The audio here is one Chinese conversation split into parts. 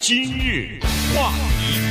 今日话题，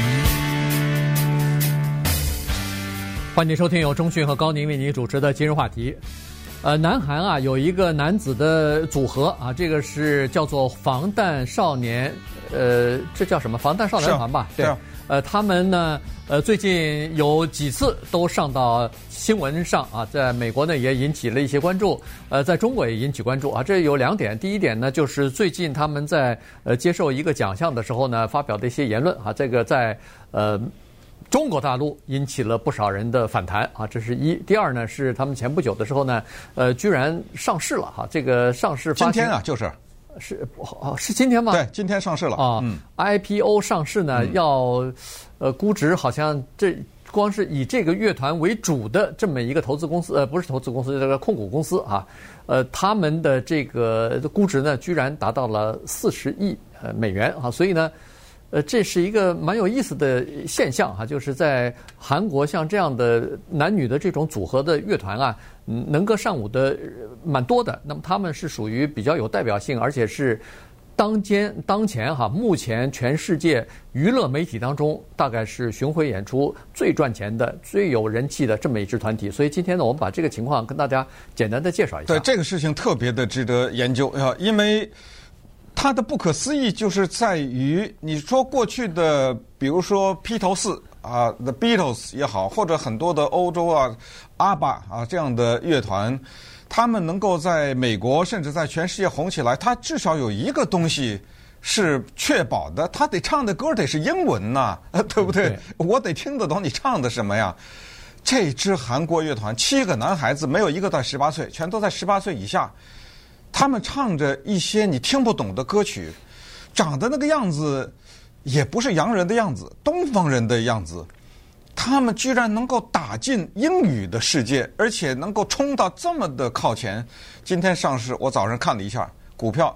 欢迎收听由钟迅和高宁为您主持的今日话题。南韩啊有一个男子的组合啊，这个是叫做防弹少年，这叫什么？防弹少年团吧？对。他们呢，最近有几次都上到新闻上啊，在美国呢也引起了一些关注，在中国也引起关注啊。这有两点，第一点呢，就是最近他们在接受一个奖项的时候呢，发表的一些言论啊，这个在中国大陆引起了不少人的反弹啊，这是一。第二呢，是他们前不久的时候呢，居然上市了哈，这个上市发行今天啊， 是今天吗？ 对，今天上市了啊。IPO 上市呢，要估值好像这光是以这个乐团为主的这么一个投资公司，不是投资公司，这个控股公司啊，他们的这个估值呢，居然达到了40亿美元啊，所以呢。这是一个蛮有意思的现象哈，就是在韩国像这样的男女的这种组合的乐团啊，能歌善舞的蛮多的。那么他们是属于比较有代表性，而且是当前哈，目前全世界娱乐媒体当中大概是巡回演出最赚钱的、最有人气的这么一支团体。所以今天呢，我们把这个情况跟大家简单的介绍一下。 对，这个事情特别的值得研究啊，因为它的不可思议就是在于，你说过去的，比如说披头士啊 ，The Beatles 也好，或者很多的欧洲啊、阿爸啊这样的乐团，他们能够在美国甚至在全世界红起来，它至少有一个东西是确保的，他得唱的歌得是英文呐，对不对？我得听得懂你唱的什么呀。这支韩国乐团7个男孩子，没有一个在18岁，全都在18岁以下。他们唱着一些你听不懂的歌曲，长得那个样子也不是洋人的样子，东方人的样子。他们居然能够打进英语的世界，而且能够冲到这么的靠前。今天上市，我早上看了一下，股票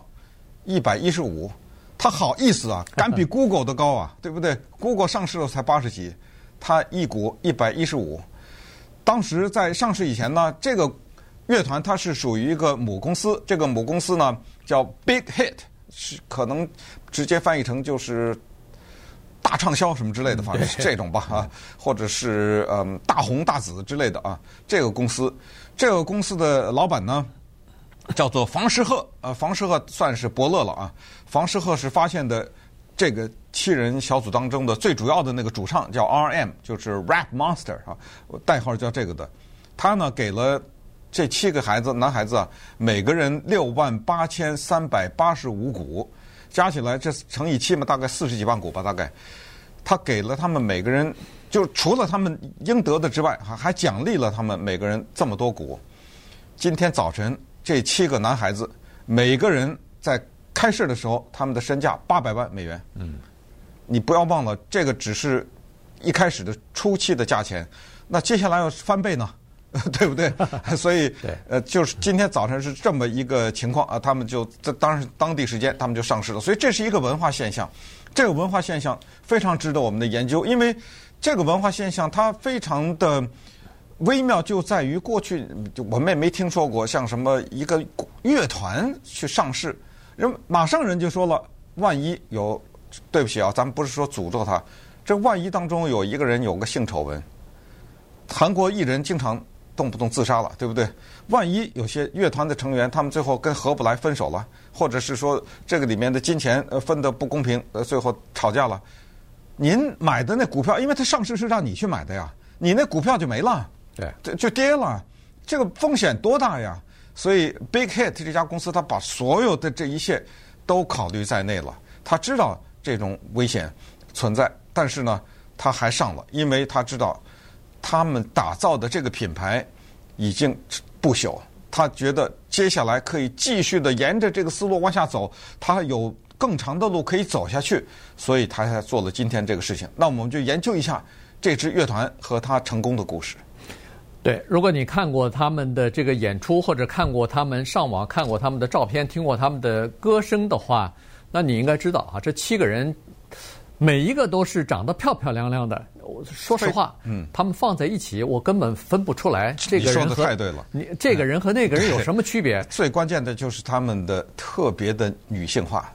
115，他好意思啊，敢比 Google 的高啊，对不对 ？Google 上市了才80几，他一股115。当时在上市以前呢，这个乐团它是属于一个母公司，这个母公司呢叫 Big Hit， 是可能直接翻译成就是大畅销什么之类的，反正是这种吧啊，或者是大红大紫之类的啊。这个公司的老板呢叫做房诗赫，房诗赫算是伯乐了啊。房诗赫是发现的这个7人小组当中的最主要的那个主唱，叫 RM， 就是 Rap Monster 啊，代号叫这个的。他呢给了这7个男孩子啊，每个人68385股，加起来这乘以7嘛，大概40几万股吧，大概。他给了他们每个人，就除了他们应得的之外，还奖励了他们每个人这么多股。今天早晨这7个男孩子，每个人在开市的时候，他们的身价800万美元。你不要忘了，这个只是一开始的初期的价钱，那接下来要翻倍呢？对不对？所以就是今天早晨是这么一个情况啊，他们就当地时间他们就上市了，所以这是一个文化现象。这个文化现象非常值得我们的研究，因为这个文化现象它非常的微妙，就在于过去我们也没听说过像什么一个乐团去上市，马上人就说了，万一有，对不起啊，咱们不是说诅咒他，这万一当中有一个人有个性丑闻，韩国艺人经常动不动自杀了，对不对？万一有些乐团的成员他们最后跟合不来分手了，或者是说这个里面的金钱分得不公平，最后吵架了，您买的那股票，因为它上市是让你去买的呀，你那股票就没了， 对， 就跌了，这个风险多大呀！所以 Big Hit 这家公司，他把所有的这一切都考虑在内了，他知道这种危险存在，但是呢，他还上了，因为他知道他们打造的这个品牌已经不朽，他觉得接下来可以继续的沿着这个思路往下走，他有更长的路可以走下去，所以他才做了今天这个事情。那我们就研究一下这支乐团和他成功的故事。 对，如果你看过他们的这个演出，或者看过他们上网看过他们的照片，听过他们的歌声的话，那你应该知道啊，这7个人每一个都是长得漂漂亮亮的。说实话，他们放在一起，我根本分不出来这个人和， 你说的太对了， 你这个人和那个人有什么区别？ 最关键的就是他们的特别的女性化。 对，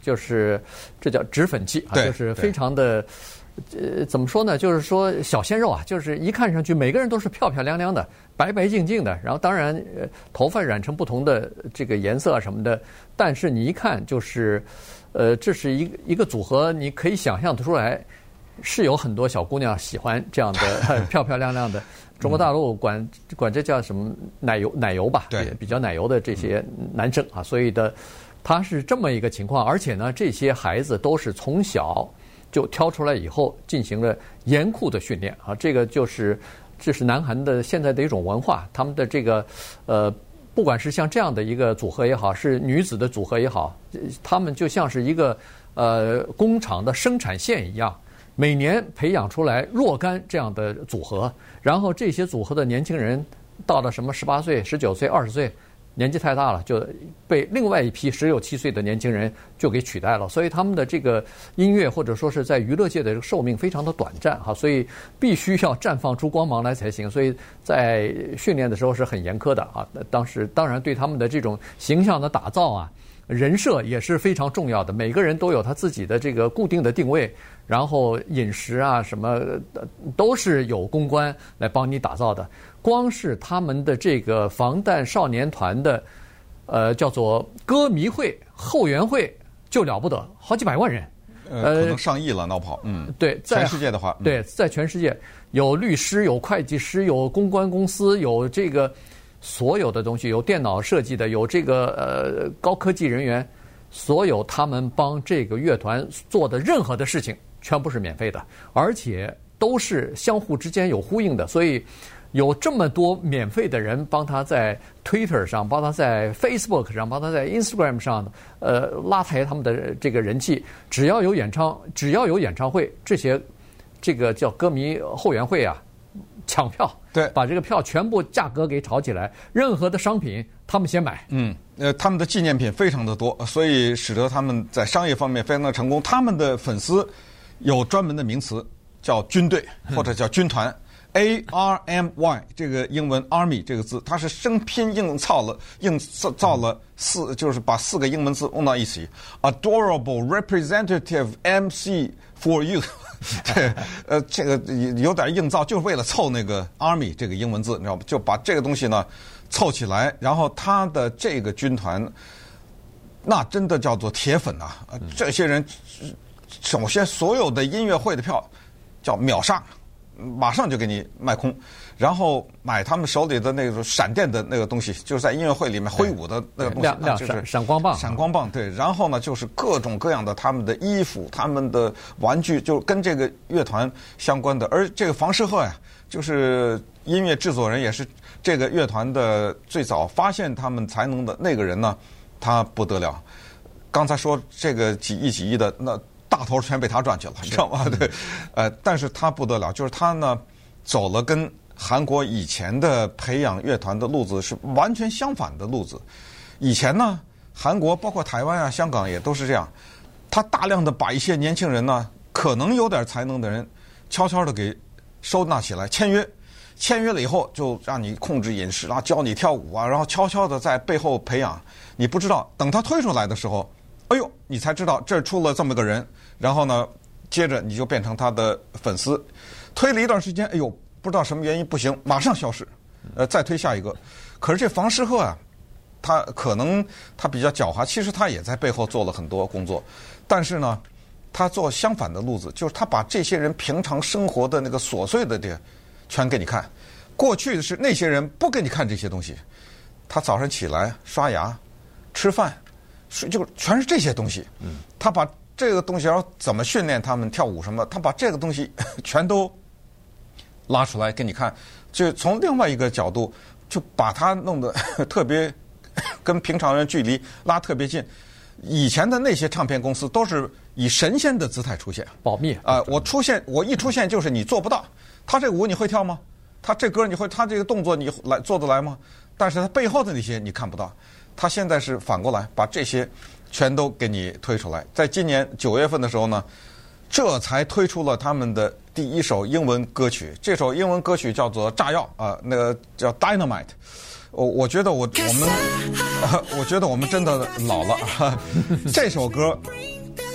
就是这叫脂粉剂啊，就是非常的。怎么说呢？就是说小鲜肉啊，就是一看上去每个人都是漂漂亮亮的、白白净净的，然后当然头发染成不同的这个颜色什么的，但是你一看就是，这是一个组合，你可以想象得出来，是有很多小姑娘喜欢这样的漂漂亮亮的。中国大陆管这叫什么奶油吧， 对， 比较奶油的这些男生啊，所以他是这么一个情况，而且呢，这些孩子都是从小就挑出来以后进行了严酷的训练啊，这是南韩的现在的一种文化，他们的这个不管是像这样的一个组合也好，是女子的组合也好，他们就像是一个工厂的生产线一样，每年培养出来若干这样的组合，然后这些组合的年轻人到了什么18岁、19岁、20岁。年纪太大了，就被另外一批16、17岁的年轻人就给取代了，所以他们的这个音乐或者说是在娱乐界的这个寿命非常的短暂哈，所以必须要绽放出光芒来才行。所以在训练的时候是很严苛的啊。当然对他们的这种形象的打造啊，人设也是非常重要的。每个人都有他自己的这个固定的定位，然后饮食啊什么都是有公关来帮你打造的。光是他们的这个防弹少年团的叫做歌迷会后援会就了不得，好几百万人， 可能上亿了闹跑。 对，在全世界的话， 对，在全世界有律师、有会计师、有公关公司、有这个所有的东西，有电脑设计的，有这个高科技人员，所有他们帮这个乐团做的任何的事情，全部是免费的，而且都是相互之间有呼应的，所以。有这么多免费的人帮他在 Twitter 上，帮他在 Facebook 上，帮他在 Instagram 上，拉抬他们的这个人气。只要有演唱会，这个叫歌迷后援会啊，抢票， 对， 把这个票全部价格给炒起来，任何的商品他们先买。 他们的纪念品非常的多，所以使得他们在商业方面非常的成功。他们的粉丝有专门的名词，叫军队或者叫军团。ARMY 这个英文 Army 这个字，它是生拼硬造了就是把4个英文字弄到一起 ，Adorable Representative MC for You 对，这个有点硬造，就是为了凑那个 Army 这个英文字，你知道吗？就把这个东西呢凑起来，然后他的这个军团，那真的叫做铁粉啊！这些人首先所有的音乐会的票叫秒杀。马上就给你卖空，然后买他们手里的那种闪电的那个东西，就是在音乐会里面挥舞的那个东西， 就是闪光棒。 闪光棒，对。然后呢，就是各种各样的他们的衣服、他们的玩具，就跟这个乐团相关的。而这个房世赫呀，就是音乐制作人，也是这个乐团的最早发现他们才能的那个人呢，他不得了。刚才说这个几亿的那。大头全被他赚去了，你知道吗？对，但是他不得了，就是他呢走了跟韩国以前的培养乐团的路子是完全相反的路子。以前呢，韩国包括台湾啊、香港也都是这样，他大量的把一些年轻人呢，可能有点才能的人，悄悄的给收纳起来，签约了以后就让你控制饮食啊，教你跳舞啊，然后悄悄的在背后培养。你不知道，等他推出来的时候。哎呦，你才知道这儿出了这么个人，然后呢，接着你就变成他的粉丝，推了一段时间，哎呦，不知道什么原因不行，马上消失，再推下一个。可是这房世赫啊，他可能他比较狡猾，其实他也在背后做了很多工作，但是呢，他做相反的路子，就是他把这些人平常生活的那个琐碎的这全给你看。过去是那些人不给你看这些东西，他早上起来刷牙、吃饭。就全是这些东西，他把这个东西，然后怎么训练他们跳舞什么，他把这个东西全都拉出来给你看，就从另外一个角度，就把它弄得特别跟平常人距离拉特别近。以前的那些唱片公司都是以神仙的姿态出现， 保密啊！我一出现就是你做不到，他这舞你会跳吗？他这歌你会，他这个动作你来做得来吗？但是他背后的那些你看不到。他现在是反过来把这些全都给你推出来，在今年9月份的时候呢，这才推出了他们的第一首英文歌曲。这首英文歌曲叫做《炸药》啊，那个叫 Dynamite。我觉得我觉得我们真的老了。这首歌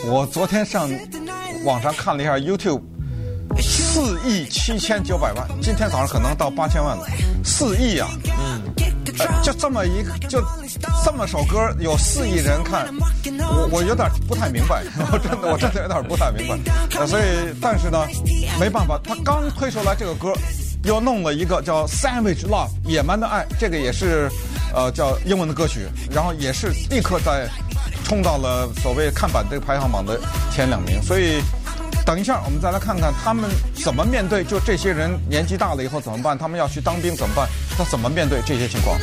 我昨天上网上看了一下 YouTube，4.79亿，今天早上可能到8000万了，4亿啊！就这么首歌有4亿人看，我有点不太明白，我真的有点不太明白。所以，但是呢，没办法，他刚推出来这个歌，又弄了一个叫 Savage Love 野蛮的爱，这个也是叫英文的歌曲，然后也是立刻在冲到了所谓看板这个排行榜的前2名。所以等一下我们再来看看他们怎么面对，就这些人年纪大了以后怎么办，他们要去当兵怎么办，他怎么面对这些情况。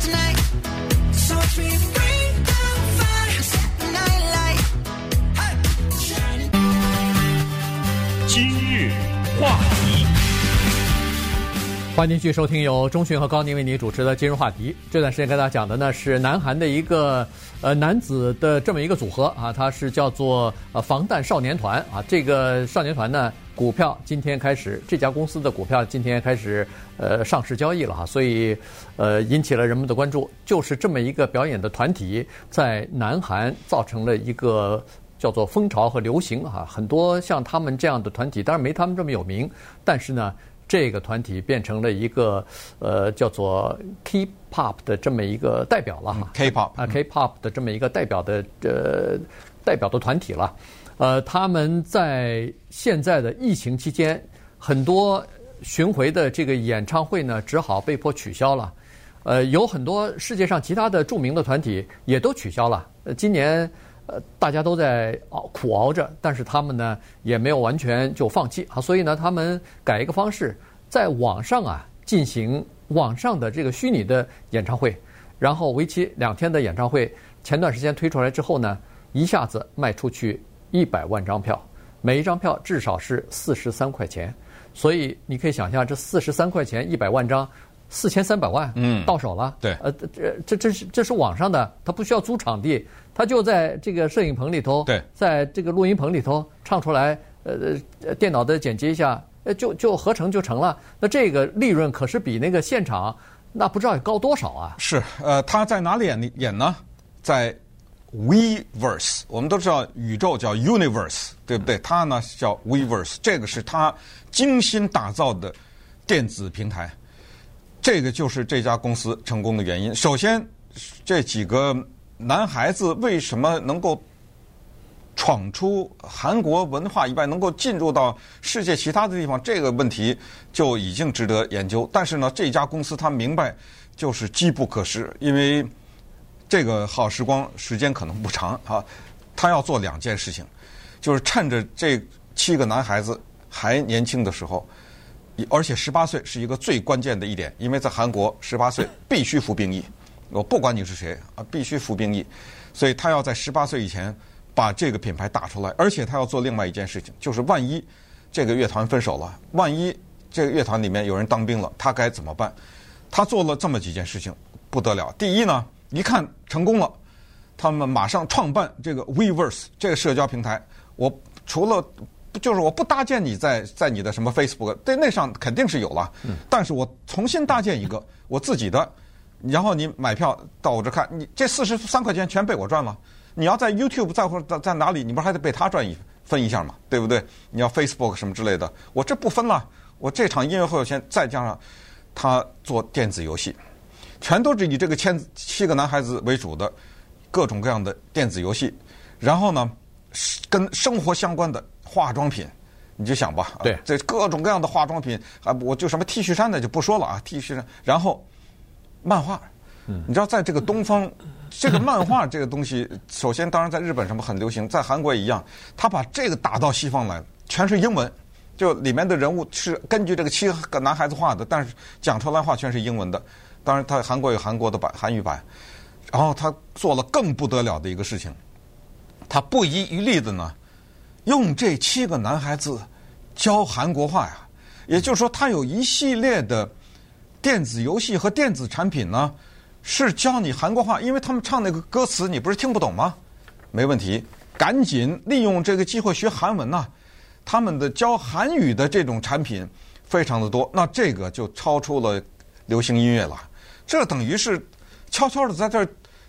今日话题， 欢迎继续收听由钟迅和高宁为你主持的今日话题。这段时间跟大家讲的呢是南韩的一个男子的这么一个组合啊，它是叫做防弹少年团啊。这个少年团呢，股票今天开始，这家公司的股票今天开始上市交易了哈，所以引起了人们的关注。就是这么一个表演的团体，在南韩造成了一个叫做风潮和流行啊，很多像他们这样的团体，当然没他们这么有名，但是呢，这个团体变成了一个叫做 K-pop 的这么一个代表了哈 ，K-pop 啊 K-pop 的这么一个代表的团体了。他们在现在的疫情期间，很多巡回的这个演唱会呢，只好被迫取消了。有很多世界上其他的著名的团体也都取消了。今年大家都在苦熬着，但是他们呢也没有完全就放弃啊，所以呢他们改一个方式，在网上啊进行网上的这个虚拟的演唱会，然后为期2天的演唱会，前段时间推出来之后呢，一下子卖出去100万张票，每一张票至少是43块钱，所以你可以想象这43块钱100万张。4300万，到手了。 对， 这是网上的，他不需要租场地，他就在这个摄影棚里头， 对， 在这个录音棚里头唱出来，电脑的剪辑一下，就合成就成了。那这个利润可是比那个现场那不知道高多少啊！ 是，他在哪里演呢？在 Weverse， 我们都知道宇宙叫 Universe， 对不对？他呢叫 Weverse， 这个是他精心打造的电子平台。这个就是这家公司成功的原因。首先，这几个男孩子为什么能够闯出韩国文化以外，能够进入到世界其他的地方，这个问题就已经值得研究。但是呢，这家公司他明白就是机不可失，因为这个好时光时间可能不长啊，他要做2件事情，就是趁着这7个男孩子还年轻的时候。而且18岁是一个最关键的一点，因为在韩国18岁必须服兵役，我不管你是谁啊，必须服兵役，所以他要在18岁以前把这个品牌打出来，而且他要做另外一件事情，就是万一这个乐团分手了，万一这个乐团里面有人当兵了，他该怎么办？他做了这么几件事情，不得了。第一呢，一看成功了，他们马上创办这个 Weverse 这个社交平台，我除了就是我不搭建你在你的什么 Facebook， 对那上肯定是有了，但是我重新搭建一个我自己的，然后你买票到我这看，你这43块钱全被我赚了。你要在 YouTube 或者在哪里，你不是还得被他分一下嘛，对不对？你要 Facebook 什么之类的，我这不分了，我这场音乐会有钱，再加上他做电子游戏，全都是以这个7个男孩子为主的各种各样的电子游戏，然后呢，跟生活相关的化妆品，你就想吧， 对， 这各种各样的化妆品啊，我就什么 T 恤衫的就不说了啊 ，T 恤衫，然后漫画，你知道在这个东方，这个漫画这个东西，首先当然在日本什么很流行，在韩国也一样，他把这个打到西方来，全是英文，就里面的人物是根据这个7个男孩子画的，但是讲出来话全是英文的，当然他韩国有韩国的韩语版，然后他做了更不得了的一个事情，他不遗余力的呢。用这7个男孩子教韩国话呀，也就是说，他有一系列的电子游戏和电子产品呢，是教你韩国话，因为他们唱那个歌词，你不是听不懂吗？没问题，赶紧利用这个机会学韩文呐。他们的教韩语的这种产品非常的多，那这个就超出了流行音乐了。这等于是悄悄的在这儿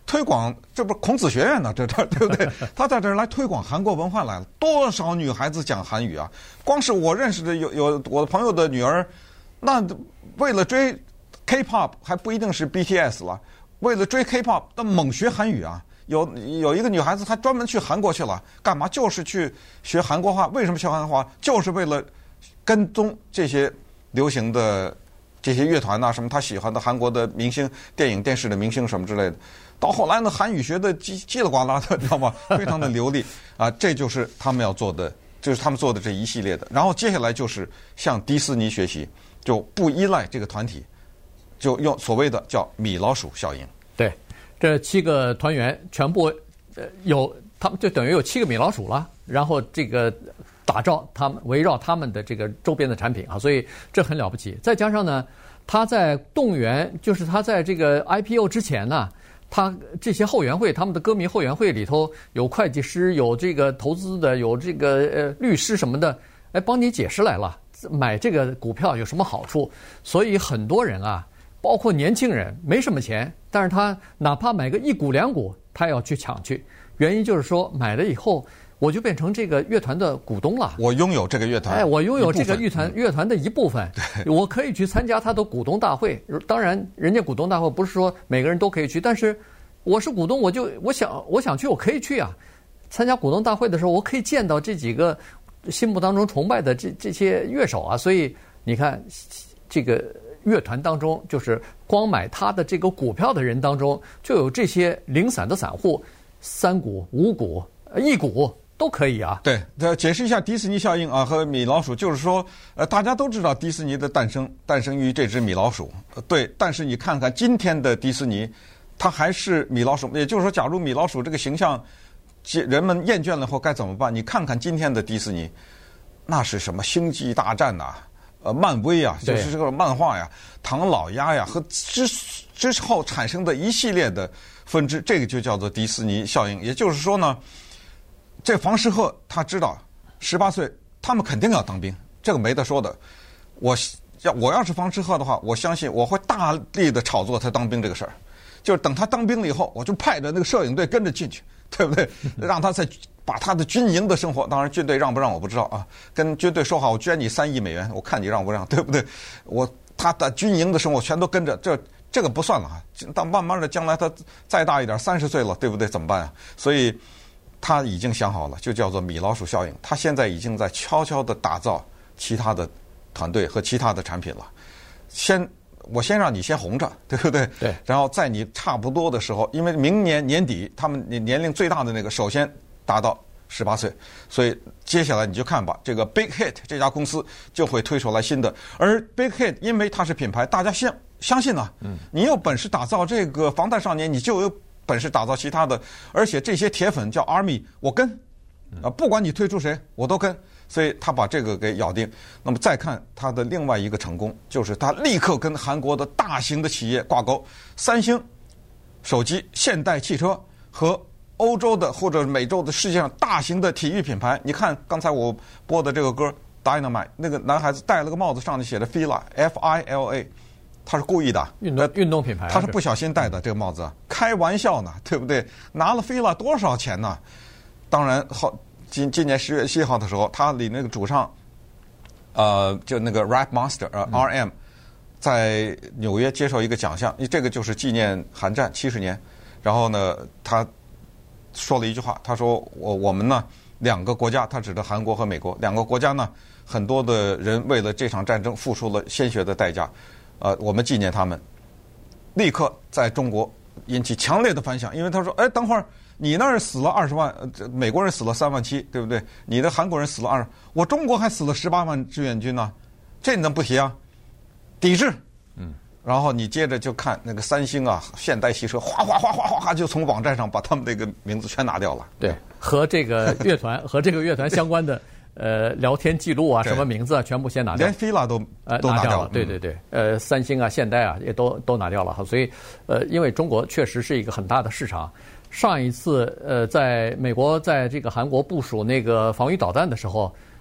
推广，这不是孔子学院呢？这对不对？他在这儿来推广韩国文化来了，多少女孩子讲韩语啊！光是我认识的有我的朋友的女儿，那为了追 K-pop 还不一定是 BTS 了，为了追 K-pop， 那猛学韩语啊！有一个女孩子，她专门去韩国去了，干嘛？就是去学韩国话。为什么学韩国话？就是为了跟踪这些流行的这些乐团呐，什么她喜欢的韩国的明星、电影、电视的明星什么之类的。到后来呢，韩语学的叽里呱啦的，你知道吗？非常的流利啊！这就是他们要做的，就是他们做的这一系列的。然后接下来就是向迪士尼学习，就不依赖这个团体，就用所谓的叫米老鼠效应。 对，这7个团员全部有他们就等于有7个米老鼠了，然后这个打造他们围绕他们的这个周边的产品啊，所以这很了不起。再加上呢，他在动员，就是他在这个 IPO 之前呢。他这些后援会，他们的歌迷后援会里头有会计师，有这个投资的，有这个律师什么的，帮你解释来了，买这个股票有什么好处。所以很多人啊，包括年轻人，没什么钱，但是他哪怕买个1股2股，他要去抢去。原因就是说，买了以后，我就变成这个乐团的股东了。 我拥有这个乐团， 我拥有这个乐团的一部分，我可以去参加他的股东大会。当然，人家股东大会不是说每个人都可以去，但是我是股东，我想去，我可以去啊。参加股东大会的时候，我可以见到这几个心目当中崇拜的这些乐手啊。所以你看，这个乐团当中，就是光买他的这个股票的人当中，就有这些零散的散户，3股、5股、1股。都可以啊。 对，解释一下迪士尼效应啊和米老鼠，就是说，大家都知道迪士尼的诞生于这只米老鼠，对。但是你看看今天的迪士尼，它还是米老鼠，也就是说，假如米老鼠这个形象，人们厌倦了后该怎么办？你看看今天的迪士尼，那是什么星际大战呐、漫威啊，就是这个漫画呀，唐老鸭呀，和之后产生的一系列的分支，这个就叫做迪士尼效应。也就是说呢。这房世赫他知道，18岁他们肯定要当兵，这个没得说的。我要是房世赫的话，我相信我会大力的炒作他当兵这个事儿。就是等他当兵了以后，我就派着那个摄影队跟着进去，对不对？让他再把他的军营的生活，当然军队让不让我不知道啊。跟军队说好，我捐你3亿美元，我看你让不让，对不对？他的军营的生活全都跟着，这个不算了啊。但慢慢的，将来他再大一点，30岁了，对不对？怎么办啊？所以。他已经想好了，就叫做米老鼠效应。他现在已经在悄悄地打造其他的团队和其他的产品了。我先让你先红着，对不对？ 对。 然后在你差不多的时候，因为明年年底他们年龄最大的那个首先达到18岁，所以接下来你就看吧，这个 Big Hit 这家公司就会推出来新的。而 Big Hit 因为它是品牌，大家相信啊，你有本事打造这个防弹少年，你就有本事打造其他的，而且这些铁粉叫 Army， 我跟，不管你推出谁，我都跟，所以他把这个给咬定。那么再看他的另外一个成功，就是他立刻跟韩国的大型的企业挂钩，三星手机、现代汽车和欧洲的或者美洲的世界上大型的体育品牌。你看刚才我播的这个歌 Dynamite， 那个男孩子戴了个帽子，上面写的 Fila F-I-L-A。他是故意的， 运动品牌， 他是不小心戴的这个帽子，开玩笑呢，对不对？拿了Fila多少钱呢？当然，今年10月7号的时候，他里那个主唱，就那个 Rap Monster RM，在纽约接受一个奖项，这个就是纪念韩战70年。然后呢，他说了一句话，他说我们呢2个国家，他指的韩国和美国2个国家呢，很多的人为了这场战争付出了鲜血的代价。我们纪念他们，立刻在中国引起强烈的反响，因为他说：“哎，等会儿你那儿死了20万，美国人死了3万7，对不对？你的韩国人死了20，我中国还死了18万志愿军呢，这你能不提啊？抵制。”然后你接着就看那个三星啊、现代汽车，哗哗哗哗哗就从网站上把他们那个名字全拿掉了。 对，和这个乐团相关的。聊天记录啊，什么名字啊，全部先拿掉， 连 Fila 都拿掉了。对，三星啊、现代啊，也都拿掉了哈。所以因为中国确实是一个很大的市场。上一次在美国在这个韩国部署那个防御导弹的时候，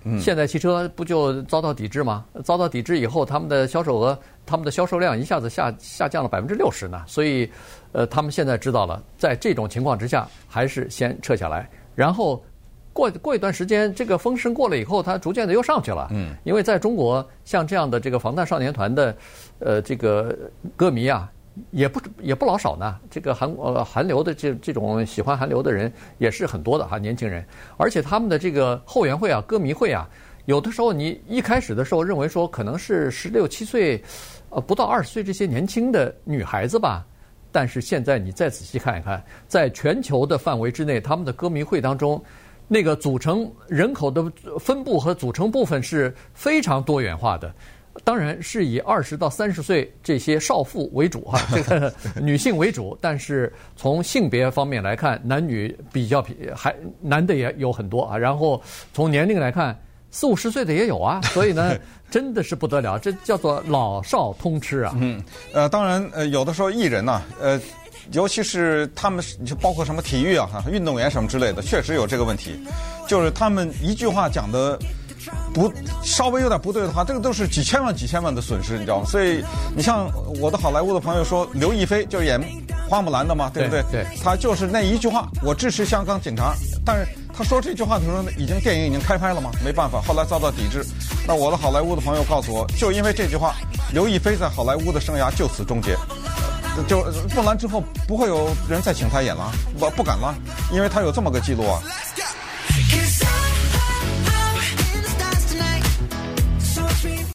现代汽车不就遭到抵制吗？遭到抵制以后，他们的销售额、他们的销售量一下子下降了60%呢。所以，他们现在知道了，在这种情况之下，还是先撤下来，然后过一段时间，这个风声过了以后，它逐渐的又上去了。因为在中国，像这样的这个防弹少年团的这个歌迷啊，也不老少呢。这个韩流的这种喜欢韩流的人也是很多的哈，年轻人。而且他们的这个后援会啊、歌迷会啊，有的时候你一开始的时候认为说可能是16、17岁，不到20岁这些年轻的女孩子吧。但是现在你再仔细看一看，在全球的范围之内，他们的歌迷会当中，那个组成人口的分布和组成部分是非常多元化的。当然是以20到30岁这些少妇为主哈，这个女性为主。但是从性别方面来看，男女比较还男的也有很多啊。然后从年龄来看，40、50岁的也有啊。所以呢，真的是不得了，这叫做老少通吃啊。 当然有的时候艺人呐，尤其是他们就包括什么体育啊、运动员什么之类的，确实有这个问题，就是他们一句话讲的稍微有点不对的话，这个都是几千万的损失，你知道吗？所以你像我的好莱坞的朋友说，刘亦菲就是演花木兰的嘛，对不对？ 对， 他就是那一句话，我支持香港警察，但是他说这句话的时候，电影已经开拍了嘛，没办法，后来遭到抵制。那我的好莱坞的朋友告诉我，就因为这句话，刘亦菲在好莱坞的生涯就此终结。就木兰之后不会有人再请他演了，不敢了，因为他有这么个记录啊。